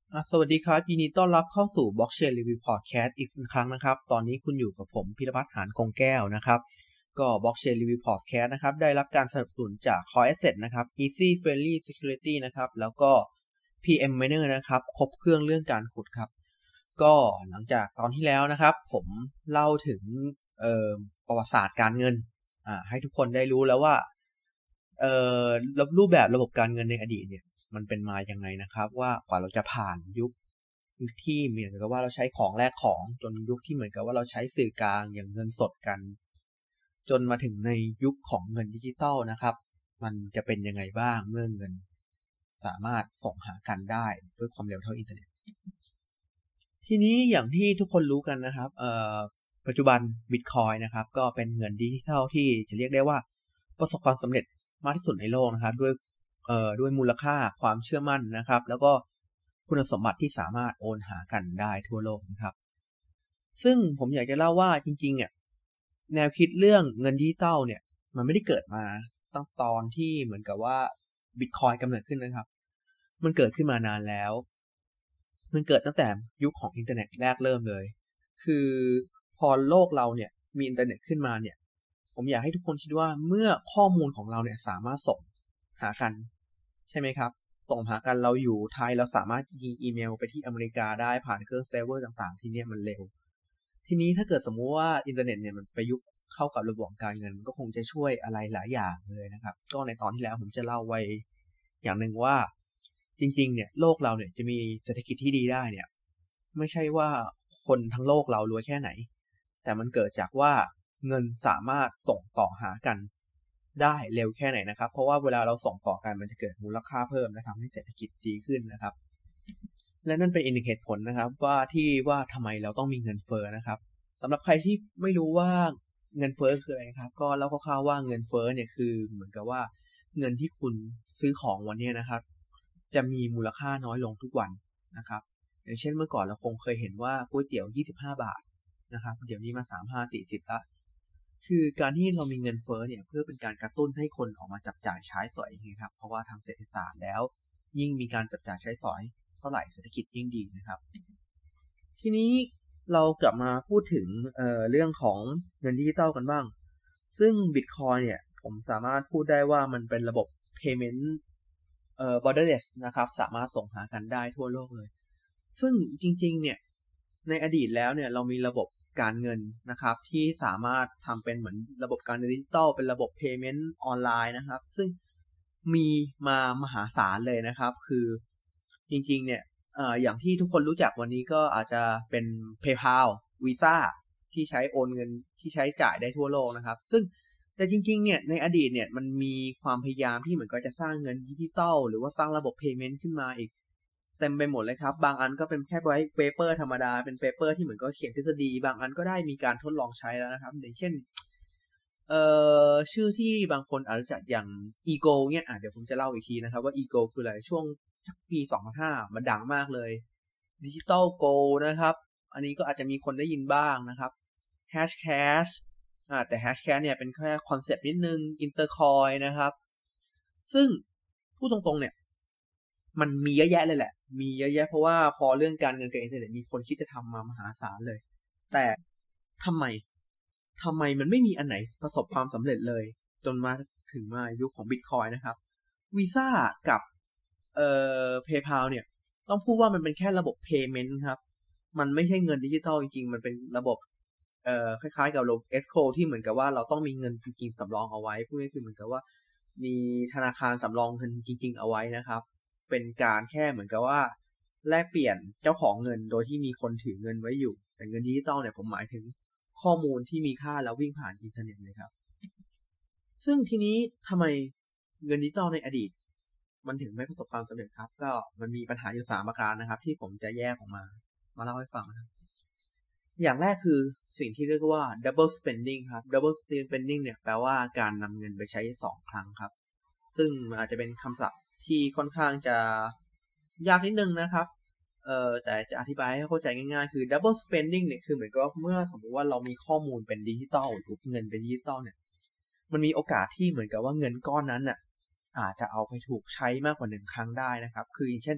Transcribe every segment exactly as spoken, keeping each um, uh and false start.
อ่ะสวัสดีครับยินดีต้อนรับเข้าสู่ Blockchain Review Podcast อีกครั้งนะครับตอนนี้คุณอยู่กับผมพิรพัฒน์หานคงแก้วนะครับก็ Blockchain Review Podcast นะครับได้รับการสนับสนุนจาก Core Asset นะครับ Easy Friendly Security นะครับแล้วก็ พี เอ็ม Miner นะครับครบเครื่องเรื่องการขุดครับก็หลังจากตอนที่แล้วนะครับผมเล่าถึงเอ่อประวัติศาสตร์การเงินอ่าให้ทุกคนได้รู้แล้วว่าเอ่อรูปแบบระบบการเงินในอดีตเนี่ยมันเป็นมายังไงนะครับว่ากว่าเราจะผ่านยุคที่เหมือนกับว่าเราใช้ของแลกของจนยุคที่เหมือนกับว่าเราใช้สื่อกลางอย่างเงินสดกันจนมาถึงในยุคของเงินดิจิตอลนะครับมันจะเป็นยังไงบ้างเมื่อเงินสามารถส่งหากันได้ด้วยความเร็วเท่าอินเทอร์เน็ตทีนี้อย่างที่ทุกคนรู้กันนะครับเอ่อปัจจุบัน Bitcoin นะครับก็เป็นเงินดิจิทัลที่จะเรียกได้ว่าประสบความสำเร็จมากที่สุดในโลกนะครับด้วยเอ่อด้วยมูลค่าความเชื่อมั่นนะครับแล้วก็คุณสมบัติที่สามารถโอนหากันได้ทั่วโลกนะครับซึ่งผมอยากจะเล่าว่าจริงๆเนี่ยแนวคิดเรื่องเงินดิจิตอลเนี่ยมันไม่ได้เกิดมาตั้งตอนที่เหมือนกับว่า Bitcoin กำเนิดขึ้นนะครับมันเกิดขึ้นมานานแล้วมันเกิดตั้งแต่ยุคของอินเทอร์เน็ตแรกเริ่มเลยคือพอโลกเราเนี่ยมีอินเทอร์เน็ตขึ้นมาเนี่ยผมอยากให้ทุกคนคิดว่าเมื่อข้อมูลของเราเนี่ยสามารถส่งหากันใช่ไหมครับส่งหากันเราอยู่ไทยเราสามารถยิงอีเมลไปที่อเมริกาได้ผ่านเครื่องเซิร์ฟเวอร์ต่างๆที่เนี่ยมันเร็วทีนี้ถ้าเกิดสมมุติว่าอินเทอร์เน็ตเนี่ยมันประยุกต์เข้ากับระบบการเงินก็คงจะช่วยอะไรหลายอย่างเลยนะครับก็ในตอนที่แล้วผมจะเล่าไว้อย่างหนึ่งว่าจริงๆเนี่ยโลกเราเนี่ยจะมีเศรษฐกิจที่ดีได้เนี่ยไม่ใช่ว่าคนทั้งโลกเรารวยแค่ไหนแต่มันเกิดจากว่าเงินสามารถส่งต่อหากันได้เร็วแค่ไหนนะครับเพราะว่าเวลาเราส่งต่อกันมันจะเกิดมูลค่าเพิ่มและทำให้เศรษฐกิจดีขึ้นนะครับและนั่นเป็นอีกหนึ่งเหตุผลนะครับว่าที่ว่าทำไมเราต้องมีเงินเฟ้อนะครับสำหรับใครที่ไม่รู้ว่าเงินเฟ้อคืออะไรครับก็เล่าคร่าวๆว่าเงินเฟ้อเนี่ยคือเหมือนกับว่าเงินที่คุณซื้อของวันนี้นะครับจะมีมูลค่าน้อยลงทุกวันนะครับอย่างเช่นเมื่อก่อนเราคงเคยเห็นว่าก๋วยเตี๋ยวยี่สิบห้าบาทนะครับเดี๋ยวนี้มาสามสิบห้า สี่สิบละคือการที่เรามีเงินเฟ้อเนี่ยเพื่อเป็นการกระตุ้นให้คนออกมาจับจ่ายใช้สอยไงครับเพราะว่าทางเศรษฐศาสตร์แล้วยิ่งมีการจับจ่ายใช้สอยเท่าไหร่เศรษฐกิจยิ่งดีนะครับทีนี้เรากลับมาพูดถึงเอ่อเรื่องของเงินดิจิตอลกันบ้างซึ่ง Bitcoin เนี่ยผมสามารถพูดได้ว่ามันเป็นระบบ payment เอ่อ borderless นะครับสามารถส่งหากันได้ทั่วโลกเลยซึ่งจริงๆเนี่ยในอดีตแล้วเนี่ยเรามีระบบการเงินนะครับที่สามารถทำเป็นเหมือนระบบการเงินดิจิตอลเป็นระบบ payment ออนไลน์นะครับซึ่งมีมามหาศาลเลยนะครับคือจริงๆเนี่ยเอ่ออย่างที่ทุกคนรู้จักวันนี้ก็อาจจะเป็น PayPal Visa ที่ใช้โอนเงินที่ใช้จ่ายได้ทั่วโลกนะครับซึ่งแต่จริงๆเนี่ยในอดีตเนี่ยมันมีความพยายามที่เหมือนก็จะสร้างเงินดิจิตอลหรือว่าสร้างระบบ payment ขึ้นมาอีกเต็มไปหมดเลยครับบางอันก็เป็นแค่ไว้เปเปอร์ธรรมดาเป็นเปเปอร์ที่เหมือนก็เขียนทฤษฎีบางอันก็ได้มีการทดลองใช้แล้วนะครับอย่างเช่นเอ่อชื่อที่บางคนอาจจะอย่าง Ego เนี่ยอ่ะเดี๋ยวผมจะเล่าอีกทีนะครับว่า Ego คืออะไรช่วงปีสองพันห้ามันดังมากเลย Digital Gold นะครับอันนี้ก็อาจจะมีคนได้ยินบ้างนะครับ Hashcash อ่าแต่ Hashcash เนี่ยเป็นแค่คอนเซปต์นิดนึง Intercoin นะครับซึ่งพูดตรงๆเนี่ยมันมีเยอะแยะเลยแหละมีเยอะแยะเพราะว่าพอเรื่องการเงินกับอินเทอร์เน็ตมีคนคิดจะทำมามหาศาลเลยแต่ทำไมทำไมมันไม่มีอันไหนประสบความสำเร็จเลยจนมาถึงมายุคของ Bitcoin นะครับ Visa กับเอ่อ PayPal เนี่ยต้องพูดว่ามันเป็นแค่ระบบ payment ครับมันไม่ใช่เงินดิจิตอลจริงๆมันเป็นระบบเอ่อคล้ายๆกับระบบ escrow ที่เหมือนกับว่าเราต้องมีเงินจริงๆสำรองเอาไว้พูดง่ายๆคือเหมือนกับว่ามีธนาคารสำรองเงินจริงๆเอาไว้นะครับเป็นการแค่เหมือนกับว่าแลกเปลี่ยนเจ้าของเงินโดยที่มีคนถือเงินไว้อยู่แต่เงินดิจิตอลเนี่ยผมหมายถึงข้อมูลที่มีค่าแล้ววิ่งผ่านอินเทอร์เน็ตเลยครับซึ่งทีนี้ทำไมเงินดิจิตอลในอดีตมันถึงไม่ประสบความสำเร็จครับก็มันมีปัญหาอยู่สามประการนะครับที่ผมจะแยกออกมามาเล่าให้ฟังนะครับอย่างแรกคือสิ่งที่เรียกว่า double spending ครับ double spending เนี่ยแปลว่าการนำเงินไปใช้สองครั้งครับซึ่งอาจจะเป็นคำศัพท์ที่ค่อนข้างจะยากนิดนึงนะครับเอ่อแต่จะอธิบายให้เข้าใจง่ายๆคือ double spending เนี่ยคือเหมือนกับเมื่อสมมติว่าเรามีข้อมูลเป็นดิจิตอลหรือเงินเป็นดิจิตอลเนี่ยมันมีโอกาสที่เหมือนกับว่าเงินก้อนนั้นน่ะอาจจะเอาไปถูกใช้มากกว่าหนึ่งครั้งได้นะครับคืออย่างเช่น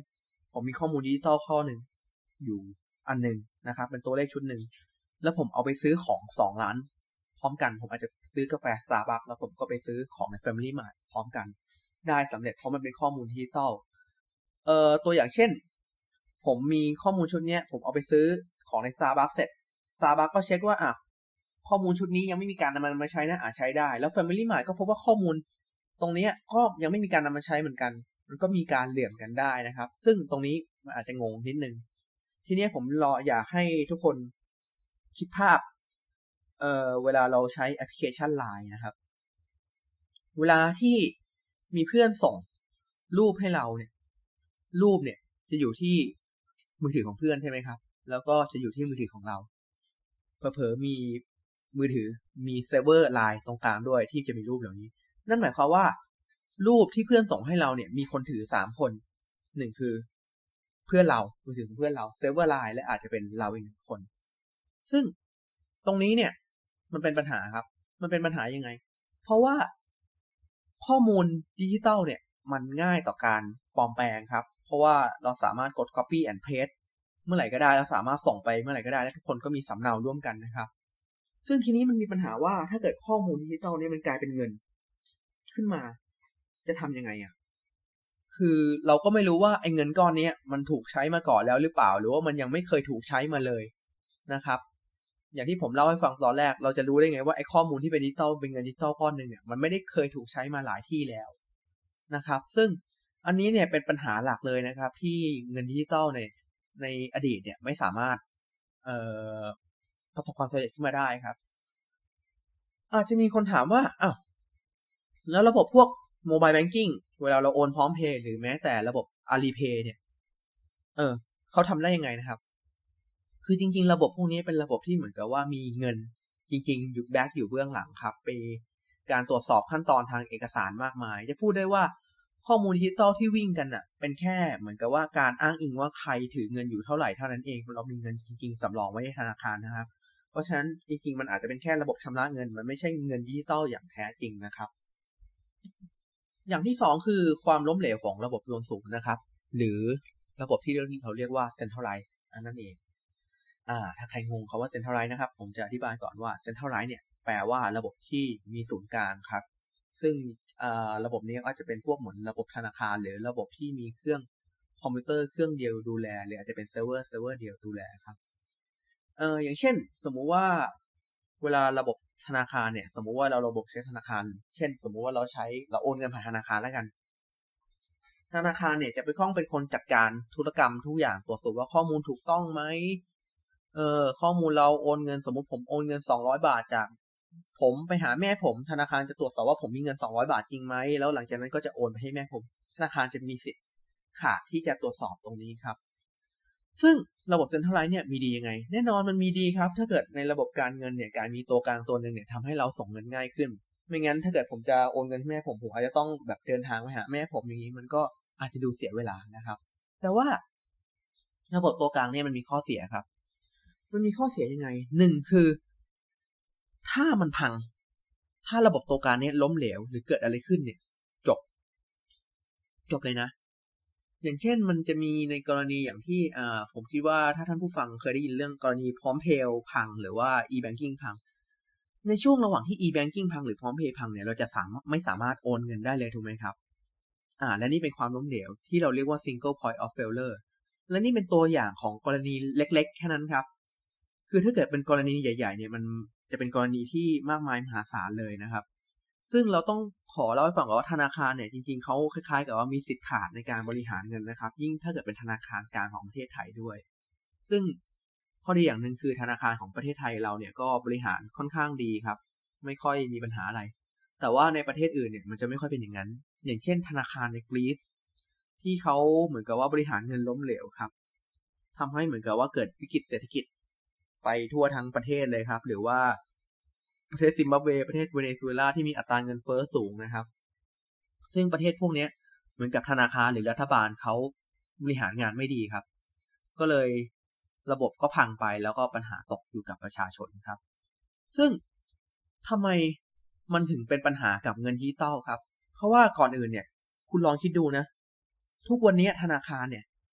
ผมมีข้อมูลดิจิตอลข้อหนึ่งอยู่อันหนึ่งนะครับเป็นตัวเลขชุดหนึ่งแล้วผมเอาไปซื้อของสองร้านพร้อมกันผมอาจจะซื้อกาแฟ Starbucks แล้วผมก็ไปซื้อของใน Family Mart พร้อมกันได้สำเร็จเพราะมันเป็นข้อมูลดิจิตอลเอ่อตัวอย่างเช่นผมมีข้อมูลชุดนี้ผมเอาไปซื้อของใน Starbucks เสร็จ Starbucks ก็เช็คว่าอ่ะข้อมูลชุดนี้ยังไม่มีการนำมันมาใช้นะอาจใช้ได้แล้ว Family Mart ก็พบว่าข้อมูลตรงนี้ก็ยังไม่มีการนำมาใช้เหมือนกันมันก็มีการเหลื่อมกันได้นะครับซึ่งตรงนี้มันอาจจะงงนิดนึงทีนี้ผมรออยากให้ทุกคนคิดภาพเอ่อเวลาเราใช้แอปพลิเคชัน ไลน์ นะครับเวลาที่มีเพื่อนส่งรูปให้เราเนี่ยรูปเนี่ยจะอยู่ที่มือถือของเพื่อนใช่ไหมครับแล้วก็จะอยู่ที่มือถือของเราเผลอๆมีมือถือมีเซิร์ฟเวอร์ ไลน์ ตรงกลางด้วยที่จะมีรูปเหล่านี้นั่นหมายความว่ารูปที่เพื่อนส่งให้เราเนี่ยมีคนถือสามคนหนึ่งคือเพื่อนเรามือถือของเพื่อนเราเซิร์ฟเวอร์ ไลน์ และอาจจะเป็นเราอีกหนึ่งคนซึ่งตรงนี้เนี่ยมันเป็นปัญหาครับมันเป็นปัญหายังไงเพราะว่าข้อมูลดิจิตอลเนี่ยมันง่ายต่อการปลอมแปลงครับเพราะว่าเราสามารถกด copy and paste เมื่อไหร่ก็ได้แล้วสามารถส่งไปเมื่อไหร่ก็ได้และทุกคนก็มีสำเนาร่วมกันนะครับซึ่งทีนี้มันมีปัญหาว่าถ้าเกิดข้อมูลดิจิตอลเนี่ยมันกลายเป็นเงินขึ้นมาจะทำยังไงอ่ะคือเราก็ไม่รู้ว่าไอ้เงินก้อนนี้มันถูกใช้มาก่อนแล้วหรือเปล่าหรือว่ามันยังไม่เคยถูกใช้มาเลยนะครับอย่างที่ผมเล่าให้ฟังตอนแรกเราจะรู้ได้ไงว่าไอ้ข้อมูลที่เป็นดิจิตอลเป็นเงินดิจิตอลก้อนนึงเนี่ยมันไม่ได้เคยถูกใช้มาหลายที่แล้วนะครับซึ่งอันนี้เนี่ยเป็นปัญหาหลักเลยนะครับที่เงินดิจิตอลในในอดีตเนี่ยไม่สามารถเอ่อประสบความสำเร็จขึ้นมาได้ครับอาจจะมีคนถามว่าอ้าวแล้วระบบพวกโมบายแบงกิ้งเวลาเราโอนพร้อมเพย์หรือแม้แต่ระบบ Alipay เนี่ยเออเขาทำได้ยังไงนะครับคือจริงๆระบบพวกนี้เป็นระบบที่เหมือนกับว่ามีเงินจริงๆอยู่แบ็กอยู่เบื้องหลังครับเป็นการตรวจสอบขั้นตอนทางเอกสารมากมายจะพูดได้ว่าข้อมูลดิจิตอลที่วิ่งกันน่ะเป็นแค่เหมือนกับว่าการอ้างอิงว่าใครถือเงินอยู่เท่าไหร่เท่านั้นเองเรามีเงินจริงๆสำรองไว้ในธนาคารนะครับเพราะฉะนั้นจริงๆมันอาจจะเป็นแค่ระบบชำระเงินมันไม่ใช่เงินดิจิตอลอย่างแท้จริงนะครับอย่างที่สองคือความล้มเหลวของระบบรวมศูนย์นะครับหรือระบบที่เราเรียกว่า centralized อันนั้นเองอ่าถ้าใครงงคำว่า centralized นะครับผมจะอธิบายก่อนว่า centralized เนี่ยแปลว่าระบบที่มีศูนย์กลางครับซึ่งระบบนี้ก็จะเป็นพวกเหมือนระบบธนาคารหรือระบบที่มีเครื่องคอมพิวเตอร์เครื่องเดียวดูแลหรืออาจจะเป็นเซิร์ฟเวอร์เซิร์ฟเวอร์เดียวดูแลครับเอ่ออย่างเช่นสมมุติว่าเวลาระบบธนาคารเนี่ยสมมุติว่าเราระบบใช้ธนาคารเช่นสมมุติว่าเราใช้เราโอนเงินผ่านธนาคารแล้วกันธนาคารเนี่ยจะไปต้องเป็นคนจัดการธุรกรรมทุกอย่างตรวจสอบว่าข้อมูลถูกต้องไหมเออข้อมูลเราโอนเงินสมมุติผมโอนเงินสองร้อยบาทจากผมไปหาแม่ผมธนาคารจะตรวจสอบว่าผมมีเงินสองร้อยบาทจริงไหมแล้วหลังจากนั้นก็จะโอนไปให้แม่ผมธนาคารจะมีสิทธิ์ขาดที่จะตรวจสอบตรงนี้ครับซึ่งระบบเซ็นทรัลไลซ์เนี่ยมีดียังไงแน่นอนมันมีดีครับถ้าเกิดในระบบการเงินเนี่ยการมีตัวกลางตัวนึงเนี่ยทำให้เราส่งเงินง่ายขึ้นไม่งั้นถ้าเกิดผมจะโอนเงินให้แม่ผมผมอาจจะต้องแบบเดินทางไปหาแม่ผมอย่างนี้มันก็อาจจะดูเสียเวลานะครับแต่ว่าระบบตัวกลางเนี่ยมันมีข้อเสียครับมันมีข้อเสียยังไงหนึ่งคือถ้ามันพังถ้าระบบตัวกลางเนี่ยล้มเหลวหรือเกิดอะไรขึ้นเนี่ยจบจบเลยนะอย่างเช่นมันจะมีในกรณีอย่างที่อ่าผมคิดว่าถ้าท่านผู้ฟังเคยได้ยินเรื่องกรณีพร้อมเพย์พังหรือว่า e-banking พังในช่วงระหว่างที่ e-banking พังหรือพร้อมเพย์พังเนี่ยเราจะสามารถไม่สามารถโอนเงินได้เลยถูกไหมครับอ่าและนี่เป็นความล้มเหลวที่เราเรียกว่า single point of failure และนี่เป็นตัวอย่างของกรณีเล็กๆแค่นั้นครับคือถ้าเกิดเป็นกรณีใหญ่ๆเนี่ยมันจะเป็นกรณีที่มากมายมหาศาลเลยนะครับซึ่งเราต้องขอเล่าให้ฟังก่อนว่าธนาคารเนี่ยจริงๆเขาคล้ายๆกับว่ามีสิทธิ์ขาดในการบริหารเงินนะครับยิ่งถ้าเกิดเป็นธนาคารกลางของประเทศไทยด้วยซึ่งข้อดีอย่างหนึ่งคือธนาคารของประเทศไทยเราเนี่ยก็บริหารค่อนข้างดีครับไม่ค่อยมีปัญหาอะไรแต่ว่าในประเทศอื่นเนี่ยมันจะไม่ค่อยเป็นอย่างนั้นอย่างเช่นธนาคารในกรีซที่เขาเหมือนกับว่าบริหารเงินล้มเหลวครับทำให้เหมือนกับว่าเกิดวิกฤตเศรษฐกิจไปทั่วทั้งประเทศเลยครับหรือว่าประเทศซิมบับเวประเทศเวเนซุเอลาที่มีอัตราเงินเฟ้อสูงนะครับซึ่งประเทศพวกนี้เหมือนกับธนาคารหรือรัฐบาลเขาบริหารงานไม่ดีครับก็เลยระบบก็พังไปแล้วก็ปัญหาตกอยู่กับประชาชนครับซึ่งทำไมมันถึงเป็นปัญหากับเงินดิจิตอลครับเพราะว่าก่อนอื่นเนี่ยคุณลองคิดดูนะทุกวันนี้ธนาคารเนี่ย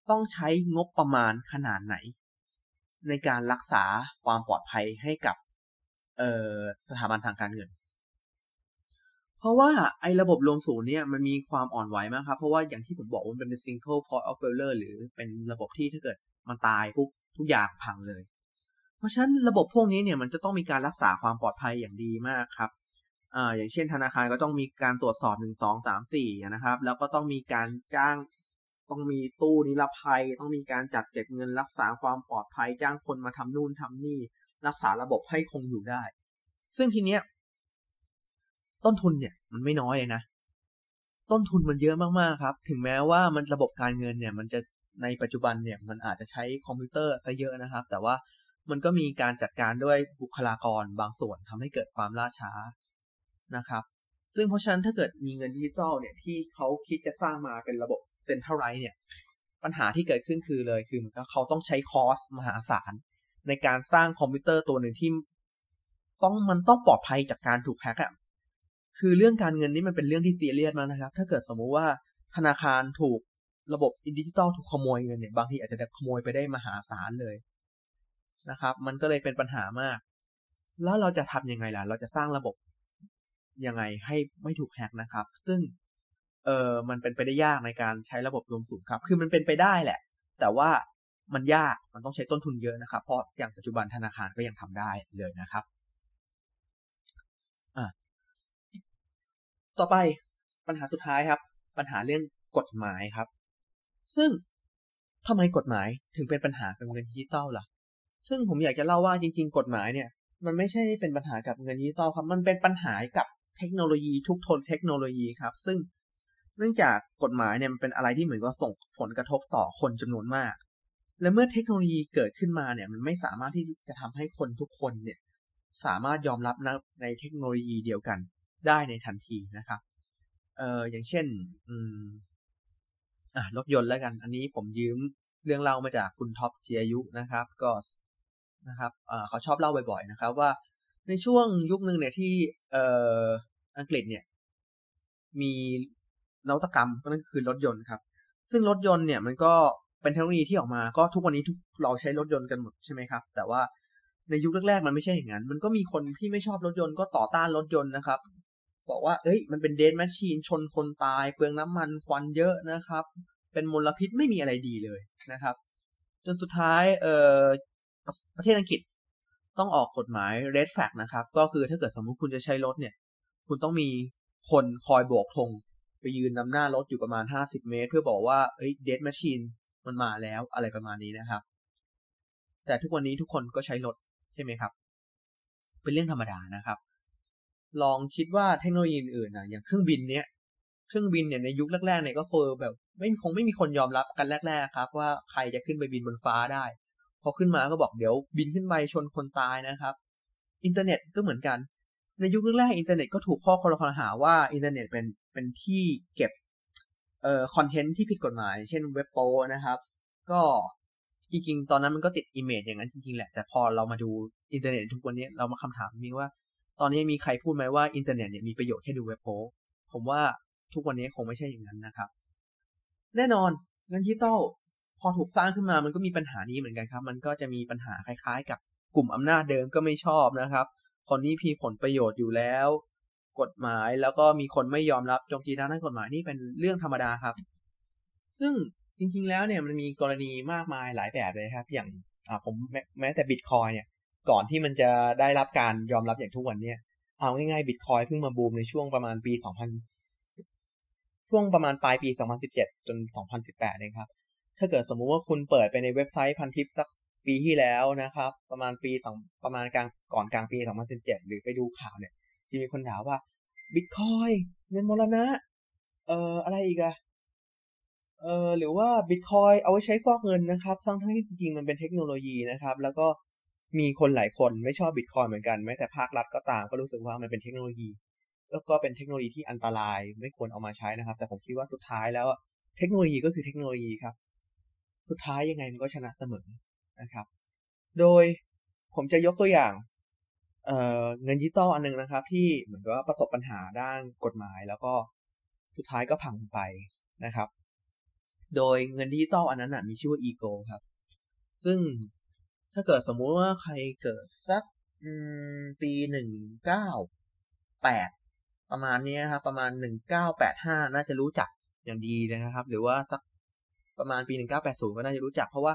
ต้องใช้งบประมาณขนาดไหนในการรักษาความปลอดภัยให้กับเอ่อสถาบันทางการเงินเพราะว่าไอ้ระบบรวมศูนย์เนี่ยมันมีความอ่อนไหวมากครับเพราะว่าอย่างที่ผมบอกว่ามันเป็น single point of failure หรือเป็นระบบที่ถ้าเกิดมันตายปุ๊บทุกอย่างพังเลยเพราะฉะนั้นระบบพวกนี้เนี่ยมันจะต้องมีการรักษาความปลอดภัยอย่างดีมากครับอ่าอย่างเช่นธนาคารก็ต้องมีการตรวจสอบหนึ่ง สอง สาม สี่นะครับแล้วก็ต้องมีการจ้างต้องมีตู้นิรภัยต้องมีการจัดเก็บเงินรักษาความปลอดภัยจ้างคนมาทำนู่นทำนี่รักษาระบบให้คงอยู่ได้ซึ่งทีเนี้ยต้นทุนเนี่ยมันไม่น้อยเลยนะต้นทุนมันเยอะมากๆครับถึงแม้ว่ามันระบบการเงินเนี่ยมันจะในปัจจุบันเนี่ยมันอาจจะใช้คอมพิวเตอร์ซะเยอะนะครับแต่ว่ามันก็มีการจัดการด้วยบุคลากรบางส่วนทำให้เกิดความล่าช้านะครับซึ่งเพราะฉะนั้นถ้าเกิดมีเงินดิจิตอลเนี่ยที่เขาคิดจะสร้างมาเป็นระบบเซ็นทรัลไลซ์เนี่ยปัญหาที่เกิดขึ้นคือเลยคือเขาต้องใช้คอสมหาศาลในการสร้างคอมพิวเตอร์ตัวหนึ่งที่ต้องมันต้องปลอดภัยจากการถูกแฮ็กอ่ะคือเรื่องการเงินนี่มันเป็นเรื่องที่ซีเรียสมากนะครับถ้าเกิดสมมุติว่าธนาคารถูกระบบดิจิตอลถูกขโมยเงินเนี่ยบางทีอาจจะขโมยไปได้มหาศาลเลยนะครับมันก็เลยเป็นปัญหามากแล้วเราจะทำยังไงล่ะเราจะสร้างระบบยังไงให้ไม่ถูกแฮ็กนะครับซึ่งเออมันเป็นไปได้ยากในการใช้ระบบรวมศูนย์ครับคือมันเป็นไปได้แหละแต่ว่ามันยากมันต้องใช้ต้นทุนเยอะนะครับเพราะอย่างปัจจุบันธนาคารก็ยังทำได้เลยนะครับอ่ะต่อไปปัญหาสุดท้ายครับปัญหาเรื่องกฎหมายครับซึ่งทำไมกฎหมายถึงเป็นปัญหากับเงินดิจิตอลล่ะซึ่งผมอยากจะเล่าว่าจริงๆกฎหมายเนี่ยมันไม่ใช่เป็นปัญหากับเงินดิจิตอลครับมันเป็นปัญหากับเทคโนโลยีทุกทนเทคโนโลยีครับซึ่งเนื่องจากกฎหมายเนี่ยมันเป็นอะไรที่เหมือนกับส่งผลกระทบต่อคนจำนวนมากและเมื่อเทคโนโลยีเกิดขึ้นมาเนี่ยมันไม่สามารถที่จะทำให้คนทุกคนเนี่ยสามารถยอมรับในเทคโนโลยีเดียวกันได้ในทันทีนะครับเอ่ออย่างเช่นอืมอ่ะรถยนต์แล้วกันอันนี้ผมยืมเรื่องเล่ามาจากคุณท็อปจิรายุนะครับก็นะครับเอ่อเขาชอบเล่าบ่อยๆนะครับว่าในช่วงยุคนึงเนี่ยที่เอ่ออังกฤษเนี่ยมีนวัตกรรมก็นั่นก็คือรถยนต์ครับซึ่งรถยนต์เนี่ยมันก็เป็นเทคโนโลยีที่ออกมาก็ทุกวันนี้ทุกเราใช้รถยนต์กันหมดใช่ไหมครับแต่ว่าในยุคแรกๆมันไม่ใช่อย่างนั้นมันก็มีคนที่ไม่ชอบรถยนต์ก็ต่อต้านรถยนต์นะครับบอกว่าเอ้ยมันเป็นเดดแมชชีนชนคนตายเปลืองน้ำมันควันเยอะนะครับเป็นมลพิษไม่มีอะไรดีเลยนะครับจนสุดท้ายเอ่อประเทศอังกฤษต้องออกกฎหมาย Red Flag นะครับก็คือถ้าเกิดสมมุติคุณจะใช้รถเนี่ยคุณต้องมีคนคอยโบกธงไปยืนนำหน้ารถอยู่ประมาณห้าสิบเมตรเพื่อบอกว่าเอ้ย Dead Machine มันมาแล้วอะไรประมาณนี้นะครับแต่ทุกวันนี้ทุกคนก็ใช้รถใช่ไหมครับเป็นเรื่องธรรมดานะครับลองคิดว่าเทคโนโลยีอื่นๆนะอย่างเครื่องบินเนี้ยเครื่องบินเนี่ยในยุคแรกๆเนี่ยก็คือแบบไม่คงไม่มีคนยอมรับกันแรกๆครับว่าใครจะขึ้นไปบินบนฟ้าได้พอขึ้นมาก็บอกเดี๋ยวบินขึ้นไปชนคนตายนะครับอินเทอร์เน็ตก็เหมือนกันในยุคแรกๆอินเทอร์เน็ตก็ถูกข้อคอรหาว่าอินเทอร์เน็ตเป็นเป็นที่เก็บเอ่อคอนเทนต์ที่ผิดกฎหมายเช่นเว็บโป้นะครับก็จริงๆตอนนั้นมันก็ติดอิมเมจอย่างนั้นจริงๆแหละแต่พอเรามาดูอินเทอร์เน็ตทุกวันนี้เรามาคำถามมีว่าตอนนี้มีใครพูดไหมว่าอินเทอร์เน็ตเนี่ยมีประโยชน์แค่ดูเว็บโป้ผมว่าทุกวันนี้คงไม่ใช่อย่างนั้นนะครับแน่นอนเงินดิจิตอลพอถูกสร้างขึ้นมามันก็มีปัญหานี้เหมือนกันครับมันก็จะมีปัญหาคล้ายๆกับกลุ่มอำนาจเดิมก็ไม่ชอบนะครับคนนี้มีผลประโยชน์อยู่แล้วกฎหมายแล้วก็มีคนไม่ยอมรับโจมตีด้านกฎหมายนี่เป็นเรื่องธรรมดาครับซึ่งจริงๆแล้วเนี่ยมันมีกรณีมากมายหลายแบบเลยครับอย่างอ่าผมแม้แต่บิตคอยเนี่ยก่อนที่มันจะได้รับการยอมรับอย่างทุกวันเนี่ยเอาง่ายๆบิตคอยเพิ่งมาบูมในช่วงประมาณปีสองพันช่วงประมาณปลายปีสองพันสิบเจ็ดจนสองพันสิบแปดเองครับถ้าเกิดสมมุติว่าคุณเปิดไปในเว็บไซต์พันทิปสักปีที่แล้วนะครับประมาณปีสองประมาณกลางก่อนกลางปีสองพันสิบเจ็ดหรือไปดูข่าวเนี่ยจะมีคนถามว่าบิตคอยเงินมรณะเอ่ออะไรอีกอะเอ่อหรือว่าบิตคอยเอาไว้ใช้ฟอกเงินนะครับทั้งทั้งที่จริงๆมันเป็นเทคโนโลยีนะครับแล้วก็มีคนหลายคนไม่ชอบบิตคอยเหมือนกันแม้แต่ภาครัฐก็ตามก็รู้สึกว่ามันเป็นเทคโนโลยีแล้วก็เป็นเทคโนโลยีที่อันตรายไม่ควรเอามาใช้นะครับแต่ผมคิดว่าสุดท้ายแล้วเทคโนโลยีก็คือเทคโนโลยีครับสุดท้ายยังไงมันก็ชนะเสมอนะครับโดยผมจะยกตัวอย่างเอ่อเงินดิจิตอลอันนึงนะครับที่เหมือนกับว่าประสบปัญหาด้านกฎหมายแล้วก็สุดท้ายก็พังไปนะครับโดยเงินดิจิตอลอันนั้นมีชื่อว่า Ego ครับซึ่งถ้าเกิดสมมุติว่าใครเกิดสักปีหนึ่งเก้าแปดประมาณนี้ครับประมาณหนึ่งเก้าแปดห้าน่าจะรู้จักอย่างดีเลยนะครับหรือว่าสักประมาณปีหนึ่งเก้าแปดศูนย์ก็น่าจะรู้จักเพราะว่า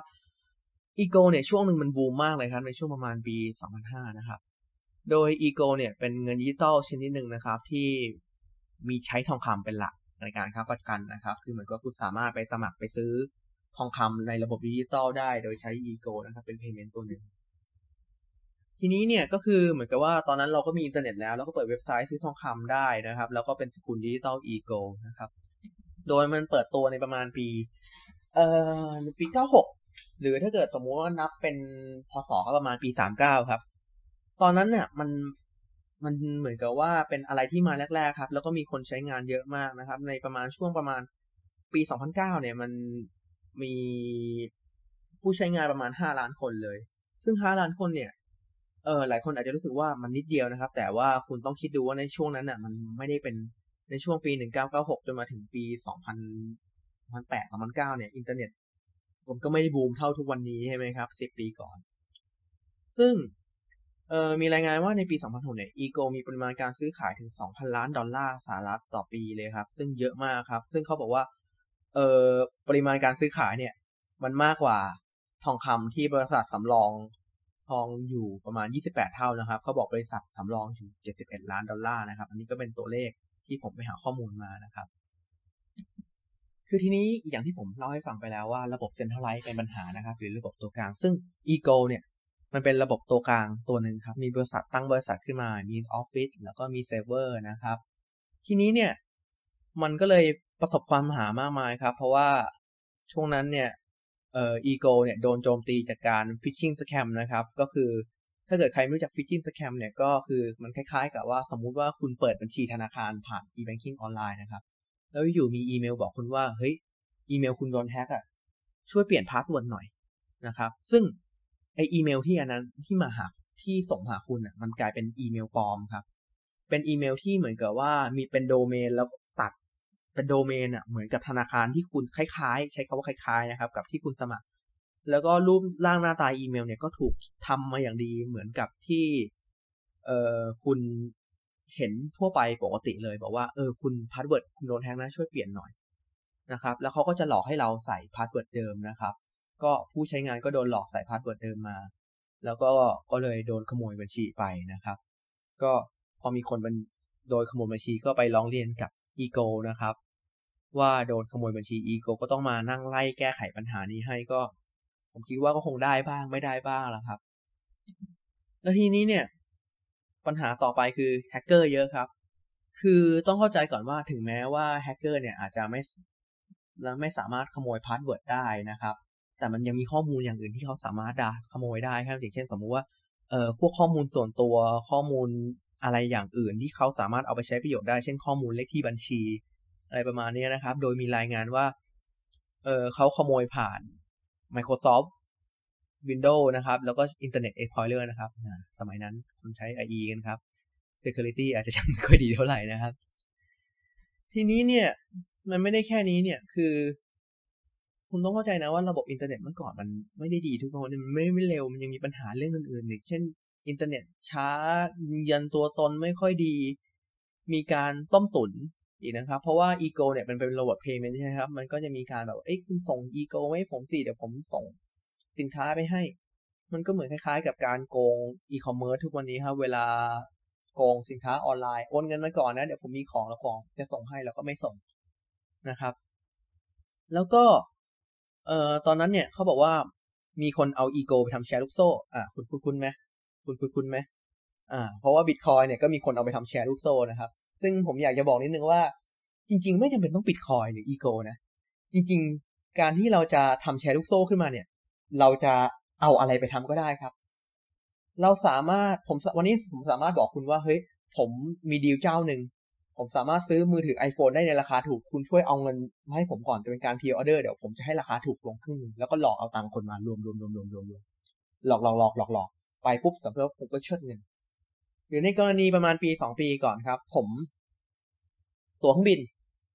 Ego เนี่ยช่วงหนึ่งมันบูมมากเลยครับในช่วงประมาณปีสองพันห้านะครับโดย Ego เนี่ยเป็นเงินดิจิตอลชนิดหนึ่งนะครับที่มีใช้ทองคำเป็นหลักในการค้ำประกันนะครับคือเหมือนกับคุณสามารถไปสมัครไปซื้อทองคำในระบบดิจิตอลได้โดยใช้ Ego นะครับเป็น payment ตัวหนึ่งทีนี้เนี่ยก็คือเหมือนกับว่าตอนนั้นเราก็มีอินเทอร์เน็ตแล้วเราก็เปิดเว็บไซต์ซื้อทองคำได้นะครับแล้วก็เป็นสกุลดิจิตอล Ego นะครับโดยมันเปิดตัวในประมาณปีเอ่อปีเก้าหกหรือถ้าเกิดสมมุติว่านับเป็นพศก็ประมาณปีสามสิบเก้าครับตอนนั้นเนี่ยมันมันเหมือนกับว่าเป็นอะไรที่มาแรกๆครับแล้วก็มีคนใช้งานเยอะมากนะครับในประมาณช่วงประมาณปีสองพันเก้าเนี่ยมันมีผู้ใช้งานประมาณห้าล้านคนเลยซึ่งห้าล้านคนเนี่ยเออหลายคนอาจจะรู้สึกว่ามันนิดเดียวนะครับแต่ว่าคุณต้องคิดดูว่าในช่วงนั้นน่ะมันไม่ได้เป็นในช่วงปีหนึ่งเก้าเก้าหกจนมาถึงปีสองพัน สองพันแปด สองพันเก้าเนี่ยอินเทอร์เน็ตผมก็ไม่ได้บูมเท่าทุกวันนี้ใช่ไหมครับสิบปีก่อนซึ่งเอ่อมีรายงานว่าในปีสองพันหกเนี่ย Ego มีปริมาณการซื้อขายถึง สองพัน ล้านดอลลาร์สหรัฐต่อปีเลยครับซึ่งเยอะมากครับซึ่งเขาบอกว่าเอ่อปริมาณการซื้อขายเนี่ยมันมากกว่าทองคำที่บริษัทสำรองทองอยู่ประมาณยี่สิบแปดเท่านะครับเขาบอกบริษัทสำรองอยู่เจ็ดสิบเอ็ดล้านดอลลาร์นะครับอันนี้ก็เป็นตัวเลขที่ผมไปหาข้อมูลมานะครับคือทีนี้อย่างที่ผมเล่าให้ฟังไปแล้วว่าระบบเซ็นทรัลไลซ์เป็นปัญหานะครับหรือระบบตัวกลางซึ่ง Ego เนี่ยมันเป็นระบบตัวกลางตัวหนึ่งครับมีบริษัทตั้งบริษัทขึ้นมามีออฟฟิศแล้วก็มีเซิร์ฟเวอร์นะครับทีนี้เนี่ยมันก็เลยประสบความหามากมายครับเพราะว่าช่วงนั้นเนี่ยเอ่อ Ego เนี่ยโดนโจมตีจากการ phishing scam นะครับก็คือถ้าเกิดใครไม่รู้จัก phishing scam เนี่ยก็คือมันคล้ายๆกับว่าสมมุติว่าคุณเปิดบัญชีธนาคารผ่าน e-banking ออนไลน์นะครับแล้วอยู่มีอีเมลบอกคุณว่าเฮ้ยอีเมลคุณโดนแฮกอ่ะช่วยเปลี่ยนพาสเวิร์ดหน่อยนะครับซึ่งไออีเมลที่อันนั้นที่มาหาที่ส่งหาคุณอ่ะมันกลายเป็นอีเมลปลอมครับเป็นอีเมลที่เหมือนกับว่ามีเป็นโดเมนแล้วตัดเป็นโดเมนอ่ะเหมือนกับธนาคารที่คุณคล้ายๆใช้คำว่าคล้ายๆนะครับกับที่คุณสมัครแล้วก็รูปร่างหน้าตาอีเมลเนี่ยก็ถูกทำมาอย่างดีเหมือนกับที่เอ่อคุณเห็นทั่วไปปกติเลยบอกว่าเออคุณพาสเวิร์ดคุณโดนแฮกนะช่วยเปลี่ยนหน่อยนะครับแล้วเขาก็จะหลอกให้เราใส่พาสเวิร์ดเดิมนะครับก็ผู้ใช้งานก็โดนหลอกใส่พาสเวิร์ดเดิมมาแล้วก็ก็เลยโดนขโมยบัญชีไปนะครับก็พอมีคนโดนขโมยบัญชีก็ไปร้องเรียนกับ Ego นะครับว่าโดนขโมยบัญชี Ego ก็ต้องมานั่งไล่แก้ไขปัญหานี้ให้ก็ผมคิดว่าก็คงได้บ้างไม่ได้บ้างแล้วครับแล้วทีนี้เนี่ยปัญหาต่อไปคือแฮกเกอร์เยอะครับคือต้องเข้าใจก่อนว่าถึงแม้ว่าแฮกเกอร์เนี่ยอาจจะไม่ไม่สามารถขโมยพาสเวิร์ดได้นะครับแต่มันยังมีข้อมูลอย่างอื่นที่เขาสามารถขโมยได้ครับอย่างเช่นสมมุติว่าเอ่อพวกข้อมูลส่วนตัวข้อมูลอะไรอย่างอื่นที่เขาสามารถเอาไปใช้ประโยชน์ได้เช่นข้อมูลเลขที่บัญชีอะไรประมาณนี้นะครับโดยมีรายงานว่าเออเขาขโมยผ่าน Microsoft Windows นะครับแล้วก็ Internet Explorer นะครับสมัยนั้นคนใช้ ไอ อี กันครับ Security อาจจะยังไม่ค่อยดีเท่าไหร่นะครับทีนี้เนี่ยมันไม่ได้แค่นี้เนี่ยคือคุณต้องเข้าใจนะว่าระบบอินเทอร์เน็ตเมื่อก่อนมันไม่ได้ดีทุกคนมันไม่ไม่เร็วมันยังมีปัญหาเรื่องอื่นๆอีกเช่นอินเทอร์เน็ตช้ายืนยันตัวตนไม่ค่อยดีมีการต้มตุ๋นอีกนะครับเพราะว่า Ego เนี่ยมันเป็นระบบ payment ใช่ไหมครับมันก็จะมีการแบบเอ้ยคุณส่ง Ego ให้ผมสิเดี๋ยวผมส่งสินค้าไปให้มันก็เหมือนคล้ายๆกับการโกง e-commerce ทุกวันนี้ครับเวลาโกงสินค้าออนไลน์โอนเงินมาก่อนนะเดี๋ยวผมมีของแล้วของจะส่งให้แล้วก็ไม่ส่งนะครับแล้วก็เอ่อตอนนั้นเนี่ยเขาบอกว่ามีคนเอา Ego ไปทำแชร์ลูกโซ่อ่าคุณคุณคุณไหมคุณคุณคุณไหมอ่าเพราะว่า Bitcoin เนี่ยก็มีคนเอาไปทำแชร์ลูกโซ่นะครับซึ่งผมอยากจะบอกนิดนึงว่าจริงๆไม่จำเป็นต้อง Bitcoin หรือ Ego นะจริงๆการที่เราจะทำแชร์ลูกโซ่ขึ้นมาเนี่ยเราจะเอาอะไรไปทำก็ได้ครับเราสามารถผมวันนี้ผมสามารถบอกคุณว่าเฮ้ยผมมีดีลเจ้าหนึ่งผมสามารถซื้อมือถือ iPhone ได้ในราคาถูกคุณช่วยเอาเงินมาให้ผมก่อนจะเป็นการ pre order เดี๋ยวผมจะให้ราคาถูกลงครึ่งนึงแล้วก็หลอกเอาตังค์คนมารวมรวมรวมรวมรวมหลอกหลอกหลอกหลอกหลอกไปปุ๊บสำหรับผมก็เชิดเงินหรือในกรณีประมาณปีสองปีก่อนครับผมตั๋วเครื่องบิน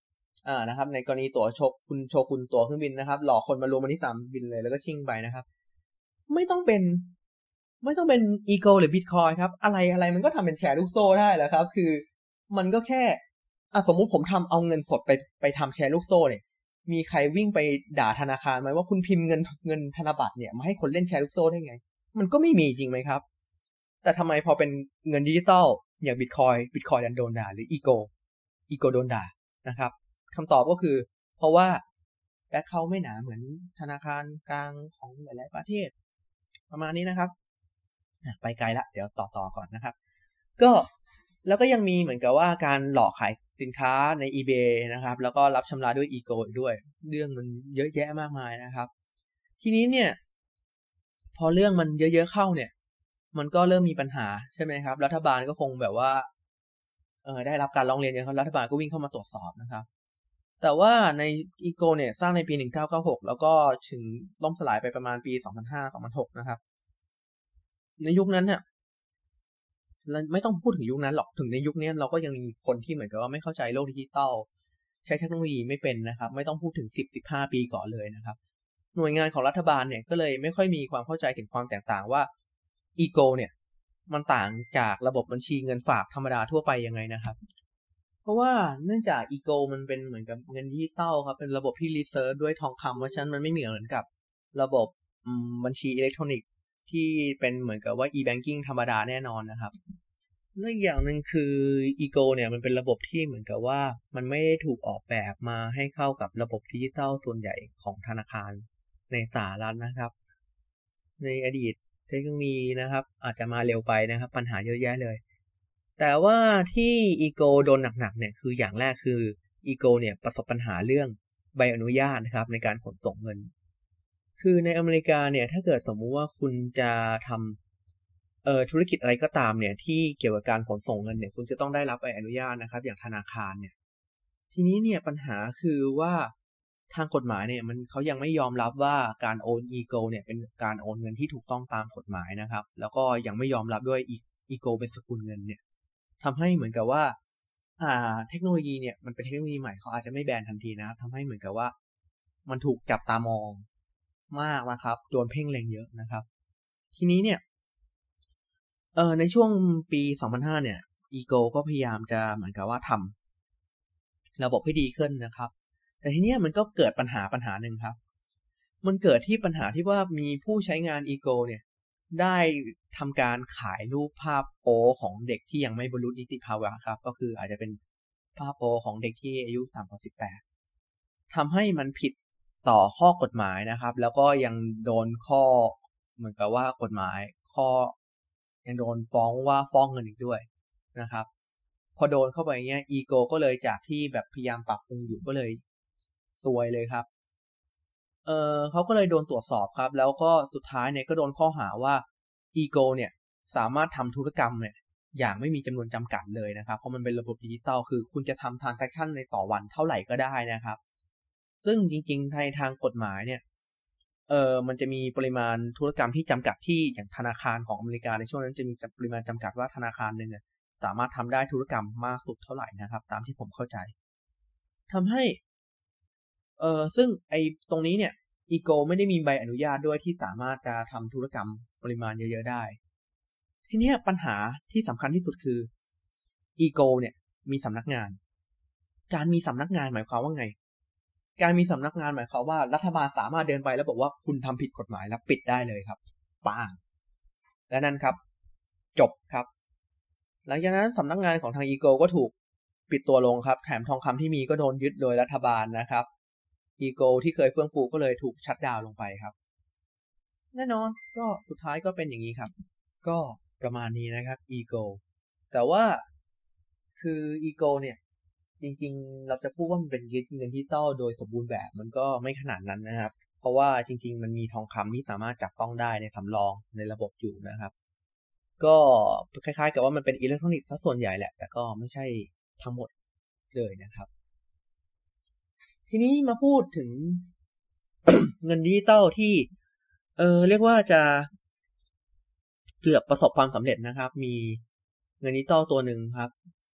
อ่านะครับในกรณีตั๋วโชคุณโชกุนตั๋วเครื่องบินนะครับหลอกคนมารวมกันที่สนามบินเลยแล้วก็ชิ่งไปนะครับไม่ต้องเป็นไม่ต้องเป็นอีโกหรือบิตคอยครับอะไรอะไรมันก็ทำเป็นแชร์ลูกโซ่ได้แหละครับคือมันก็แค่อ่ะสมมุติผมทำเอาเงินสดไปไปทำแชร์ลูกโซ่เนี่ยมีใครวิ่งไปด่าธนาคารไหมว่าคุณพิมพ์เงินเงินธนบัตรเนี่ยมาให้คนเล่นแชร์ลูกโซ่ได้ไงมันก็ไม่มีจริงไหมครับแต่ทำไมพอเป็นเงินดิจิตอลอย่างบิตคอยบิตคอยดันโดนด่าหรืออีโกอีโกโดนด่านะครับคำตอบก็คือเพราะว่าแบ็คเขาไม่หนาเหมือนธนาคารกลางของหลายๆประเทศประมาณนี้นะครับไปไกลละเดี๋ยวต่อต่อก่อนนะครับก็แล้วก็ยังมีเหมือนกับว่าการหลอกขายสินค้าใน eBay นะครับแล้วก็รับชำระด้วย อีโก ด้วยเรื่องมันเยอะแยะมากมายนะครับทีนี้เนี่ยพอเรื่องมันเยอะๆเข้าเนี่ยมันก็เริ่มมีปัญหาใช่ไหมครับรัฐบาลก็คงแบบว่าเออได้รับการร้องเรียนเยอะรัฐบาลก็วิ่งเข้ามาตรวจสอบนะครับแต่ว่าใน อีโก เนี่ยสร้างในปีหนึ่งพันเก้าร้อยเก้าสิบหกแล้วก็ถึงล่มสลายไปประมาณปีสองพันห้า สองพันหกนะครับในยุคนั้นเนี่ยเราไม่ต้องพูดถึงยุคนั้นหรอกถึงในยุคนี้เราก็ยังมีคนที่เหมือนกับว่าไม่เข้าใจโลกดิจิตอลใช้เทคโนโลยีไม่เป็นนะครับไม่ต้องพูดถึง สิบ สิบห้า ปีก่อนเลยนะครับหน่วยงานของรัฐบาลเนี่ยก็เลยไม่ค่อยมีความเข้าใจถึงความแตกต่างว่า อีโก เนี่ยมันต่างจากระบบบัญชีเงินฝากธรรมดาทั่วไปยังไงนะครับเพราะว่าเนื่องจาก อีโก มันเป็นเหมือนกับเงินดิจิตอลครับเป็นระบบที่รีเซิร์ฟด้วยทองคำเพราะฉะนั้นมันไม่เหมือนกับระบบบัญชีอิเล็กทรอนิกส์ที่เป็นเหมือนกับว่า e-banking ธรรมดาแน่นอนนะครับและอีกอย่างหนึ่งคือ อีโก เนี่ยมันเป็นระบบที่เหมือนกับว่ามันไม่ได้ถูกออกแบบมาให้เข้ากับระบบดิจิตอลส่วนใหญ่ของธนาคารในสหรัฐนะครับในอดีตเทคโนโลยีนะครับอาจจะมาเร็วไปนะครับปัญหาเยอะแยะเลยแต่ว่าที่ อีโก โดนหนักๆเนี่ยคืออย่างแรกคือ อีโก เนี่ยประสบปัญหาเรื่องใบอนุญาตนะครับในการขนส่งเงินคือในอเมริกาเนี่ยถ้าเกิดสมมุติว่าคุณจะทำเอ่อธุรกิจอะไรก็ตามเนี่ยที่เกี่ยวกับการขนส่งเงินเนี่ยคุณจะต้องได้รับใบอนุญาตนะครับอย่างธนาคารเนี่ยทีนี้เนี่ยปัญหาคือว่าทางกฎหมายเนี่ยมันเขายังไม่ยอมรับว่าการโอน อีโก เนี่ยเป็นการโอนเงินที่ถูกต้องตามกฎหมายนะครับแล้วก็ยังไม่ยอมรับด้วย อีโก เป็นสกุลเงินเนี่ยทำให้เหมือนกับว่าอ่าเทคโนโลยีเนี่ยมันเป็นเทคโนโลยีใหม่เขาอาจจะไม่แบนทันทีนะทำให้เหมือนกับว่ามันถูกจับตามองมากนะครับโดนเพ่งเล็งเยอะนะครับทีนี้เนี่ยเออในช่วงปีสองพันห้าเนี่ย อีโก ก็พยายามจะเหมือนกับว่าทำระบบให้ดีขึ้นนะครับแต่ทีนี้มันก็เกิดปัญหาปัญหาหนึ่งครับมันเกิดที่ปัญหาที่ว่ามีผู้ใช้งาน อีโก เนี่ยได้ทำการขายรูปภาพโป๊ของเด็กที่ยังไม่บรรลุนิติภาวะครับก็คืออาจจะเป็นภาพโป๊ของเด็กที่อายุต่ำกว่าสิบแปดทำให้มันผิดต่อข้อกฎหมายนะครับแล้วก็ยังโดนข้อเหมือนกับว่ากฎหมายข้อยังโดนฟ้องว่าฟ้องเงินอีกด้วยนะครับพอโดนเข้าไปเงี้ย อีโก ก็เลยจากที่แบบพยายามปรับปรุงอยู่ก็เลยซวยเลยครับเออเขาก็เลยโดนตรวจสอบครับแล้วก็สุดท้ายเนี่ยก็โดนข้อหาว่า อีโก เนี่ยสามารถทำธุรกรรมเนี่ยอย่างไม่มีจำนวนจำกัดเลยนะครับเพราะมันเป็นระบบดิจิตอลคือคุณจะทำ transaction ในต่อวันเท่าไหร่ก็ได้นะครับซึ่งจริงๆในทางกฎหมายเนี่ยเออมันจะมีปริมาณธุรกรรมที่จำกัดที่อย่างธนาคารของอเมริกาในช่วงนั้นจะมีปริมาณจำกัดว่าธนาคารหนึ่งสามารถทำได้ธุรกรรมมากสุดเท่าไหร่นะครับตามที่ผมเข้าใจทำให้เออซึ่งไอตรงนี้เนี่ย อีโก ไม่ได้มีใบอนุญาตด้วยที่สามารถจะทำธุรกรรมปริมาณเยอะๆได้ทีนี้ปัญหาที่สำคัญที่สุดคือ อีโก เนี่ยมีสำนักงานการมีสำนักงานหมายความว่าไงการมีสำนักงานหมายความว่ารัฐบาลสามารถเดินไปแล้วบอกว่าคุณทำผิดกฎหมายแล้วปิดได้เลยครับป้างและนั่นครับจบครับหลังจากนั้นสำนักงานของทาง อีโก ก็ถูกปิดตัวลงครับแถมทองคำที่มีก็โดนยึดโดยรัฐบาลนะครับ อีโก ที่เคยเฟื่องฟูก็เลยถูกชัตดาวน์ลงไปครับแน่นอนก็สุดท้ายก็เป็นอย่างนี้ครับก็ประมาณนี้นะครับ อีโก แต่ว่าคือ อีโก เนี่ยจริงๆเราจะพูดว่ามันเป็นเงินดิจิตอลโดยสมบูรณ์แบบมันก็ไม่ขนาดนั้นนะครับเพราะว่าจริงๆมันมีทองคำที่สามารถจับต้องได้ในสำรองในระบบอยู่นะครับก็คล้ายๆกับว่ามันเป็นอิเล็กทรอนิกส์ซะส่วนใหญ่แหละแต่ก็ไม่ใช่ทั้งหมดเลยนะครับทีนี้มาพูดถึง เงินดิจิตอลที่เออเรียกว่าจะเกือบประสบความสำเร็จนะครับมีเงินดิจิตอลตัวหนึ่งครับ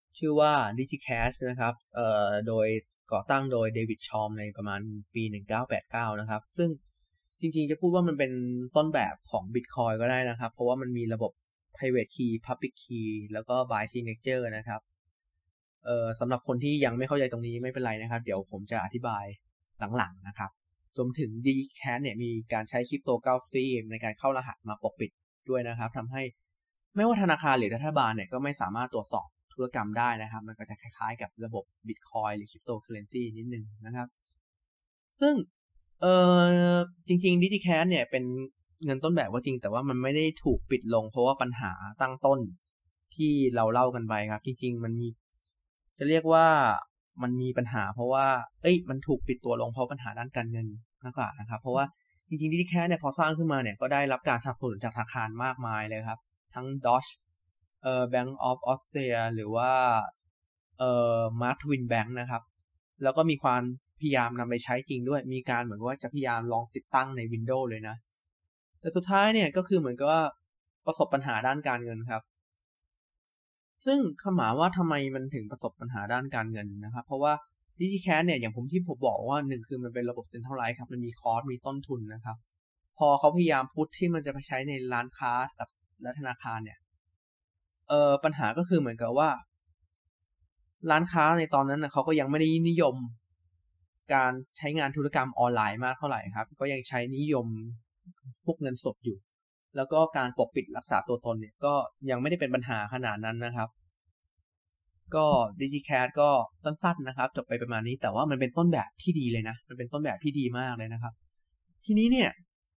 ชื่อว่า DigiCash นะครับเอ่อโดยก่อตั้งโดยเดวิดชอมในประมาณปีหนึ่งเก้าแปดเก้านะครับซึ่งจริงๆจะพูดว่ามันเป็นต้นแบบของ Bitcoin ก็ได้นะครับเพราะว่ามันมีระบบ private key public key แล้วก็ by signature นะครับเอ่อสำหรับคนที่ยังไม่เข้าใจตรงนี้ไม่เป็นไรนะครับเดี๋ยวผมจะอธิบายหลังๆนะครับรวมถึง DigiCash เนี่ยมีการใช้คริปโตกราฟีในการเข้ารหัสมาปกปิดด้วยนะครับทำให้ไม่ว่าธนาคารหรือรัฐบาลเนี่ยก็ไม่สามารถตรวจสอบธุรกรรมได้นะครับมันก็จะคล้ายๆกับระบบ Bitcoin หรือ Cryptocurrency นิดนึงนะครับซึ่งเอ่อจริงๆ DigiCash เนี่ยเป็นเงินต้นแบบก็จริงแต่ว่ามันไม่ได้ถูกปิดลงเพราะว่าปัญหาตั้งต้นที่เราเล่ากันไปครับจริงๆมันมีจะเรียกว่ามันมีปัญหาเพราะว่าเอ้ยมันถูกปิดตัวลงเพราะปัญหาด้านการเงินมากกว่านะครับเพราะว่าจริงๆ DigiCash เนี่ยพอสร้างขึ้นมาเนี่ยก็ได้รับการสนับสนุนจากธนาคารมากมายเลยครับทั้ง Deutsche เอ่อ Bank of Austria หรือว่าเอ่อ Mark Twain Bank นะครับแล้วก็มีความพยายามนำไปใช้จริงด้วยมีการเหมือนกับว่าจะพยายามลองติดตั้งใน Windows เลยนะแต่สุดท้ายเนี่ยก็คือเหมือนกับว่าประสบปัญหาด้านการเงินครับซึ่งคำถามว่าทำไมมันถึงประสบปัญหาด้านการเงินนะครับเพราะว่า DigiCash เนี่ยอย่างผมที่ผมบอกว่าหนึ่งคือมันเป็นระบบ Centralized ครับมันมีคอสมีต้นทุนนะครับพอเขาพยายามพุชที่มันจะไปใช้ในร้านค้ากับและธนาคารเนี่ยเอ่อปัญหาก็คือเหมือนกับว่าร้านค้าในตอนนั้นนะเขาก็ยังไม่ได้นิยมการใช้งานธุรกรรมออนไลน์มากเท่าไหร่ครับก็ยังใช้นิยมพวกเงินสดอยู่แล้วก็การปกปิดรักษาตัวตนเนี่ยก็ยังไม่ได้เป็นปัญหาขนาดนั้นนะครับก็ DigiCash ก็สั้นๆนะครับจบไปประมาณนี้แต่ว่ามันเป็นต้นแบบที่ดีเลยนะมันเป็นต้นแบบที่ดีมากเลยนะครับทีนี้เนี่ย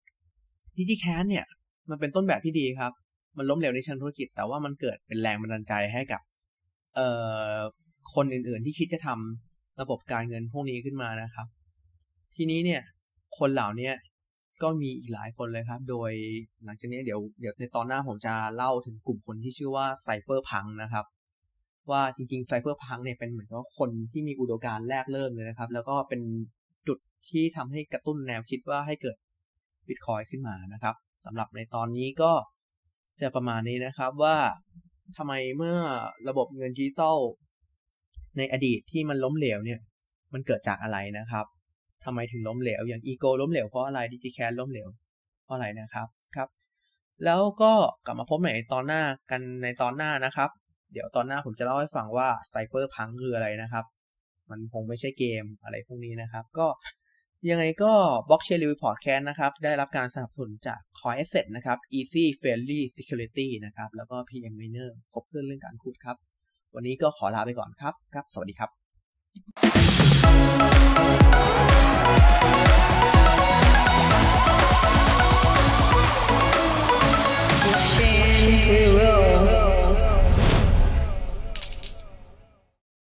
DigiCash เนี่ยมันเป็นต้นแบบที่ดีครับมันล้มเหลวในเชิงธุรกิจแต่ว่ามันเกิดเป็นแรงบันดาลใจให้กับเอ่อคนอื่นๆที่คิดจะทำระบบการเงินพวกนี้ขึ้นมานะครับทีนี้เนี่ยคนเหล่านี้ก็มีอีกหลายคนเลยครับโดยหลังจากนี้เดี๋ยวเดี๋ยวในตอนหน้าผมจะเล่าถึงกลุ่มคนที่ชื่อว่า Cypherpunk นะครับว่าจริงๆ Cypherpunk เนี่ยเป็นเหมือนกับคนที่มีอุดมการณ์แรกเริ่มเลยนะครับแล้วก็เป็นจุดที่ทำให้กระตุ้นแนวคิดว่าให้เกิด Bitcoin ขึ้นมานะครับสำหรับในตอนนี้ก็จะประมาณนี้นะครับว่าทำไมเมื่อระบบเงินดิจิตอลในอดีตที่มันล้มเหลวเนี่ยมันเกิดจากอะไรนะครับทำไมถึงล้มเหลวอย่างอีโกล้มเหลวเพราะอะไร DigiCash ล้มเหลวเพราะอะไรนะครับครับแล้วก็กลับมาพบใหม่ในตอนหน้ากันในตอนหน้านะครับเดี๋ยวตอนหน้าผมจะเล่าให้ฟังว่า Cypherpunk คืออะไรนะครับมันคงไม่ใช่เกมอะไรพวกนี้นะครับก็ยังไงก็ Blockchain Review Podcast นะครับได้รับการสนับสนุนจาก CoinAsset นะครับ Easy Friendly Security นะครับแล้วก็ พี เอ็ม Miner ครบเครื่องเรื่องการขุดครับวันนี้ก็ขอลาไปก่อนครับครับสวัสดีครับ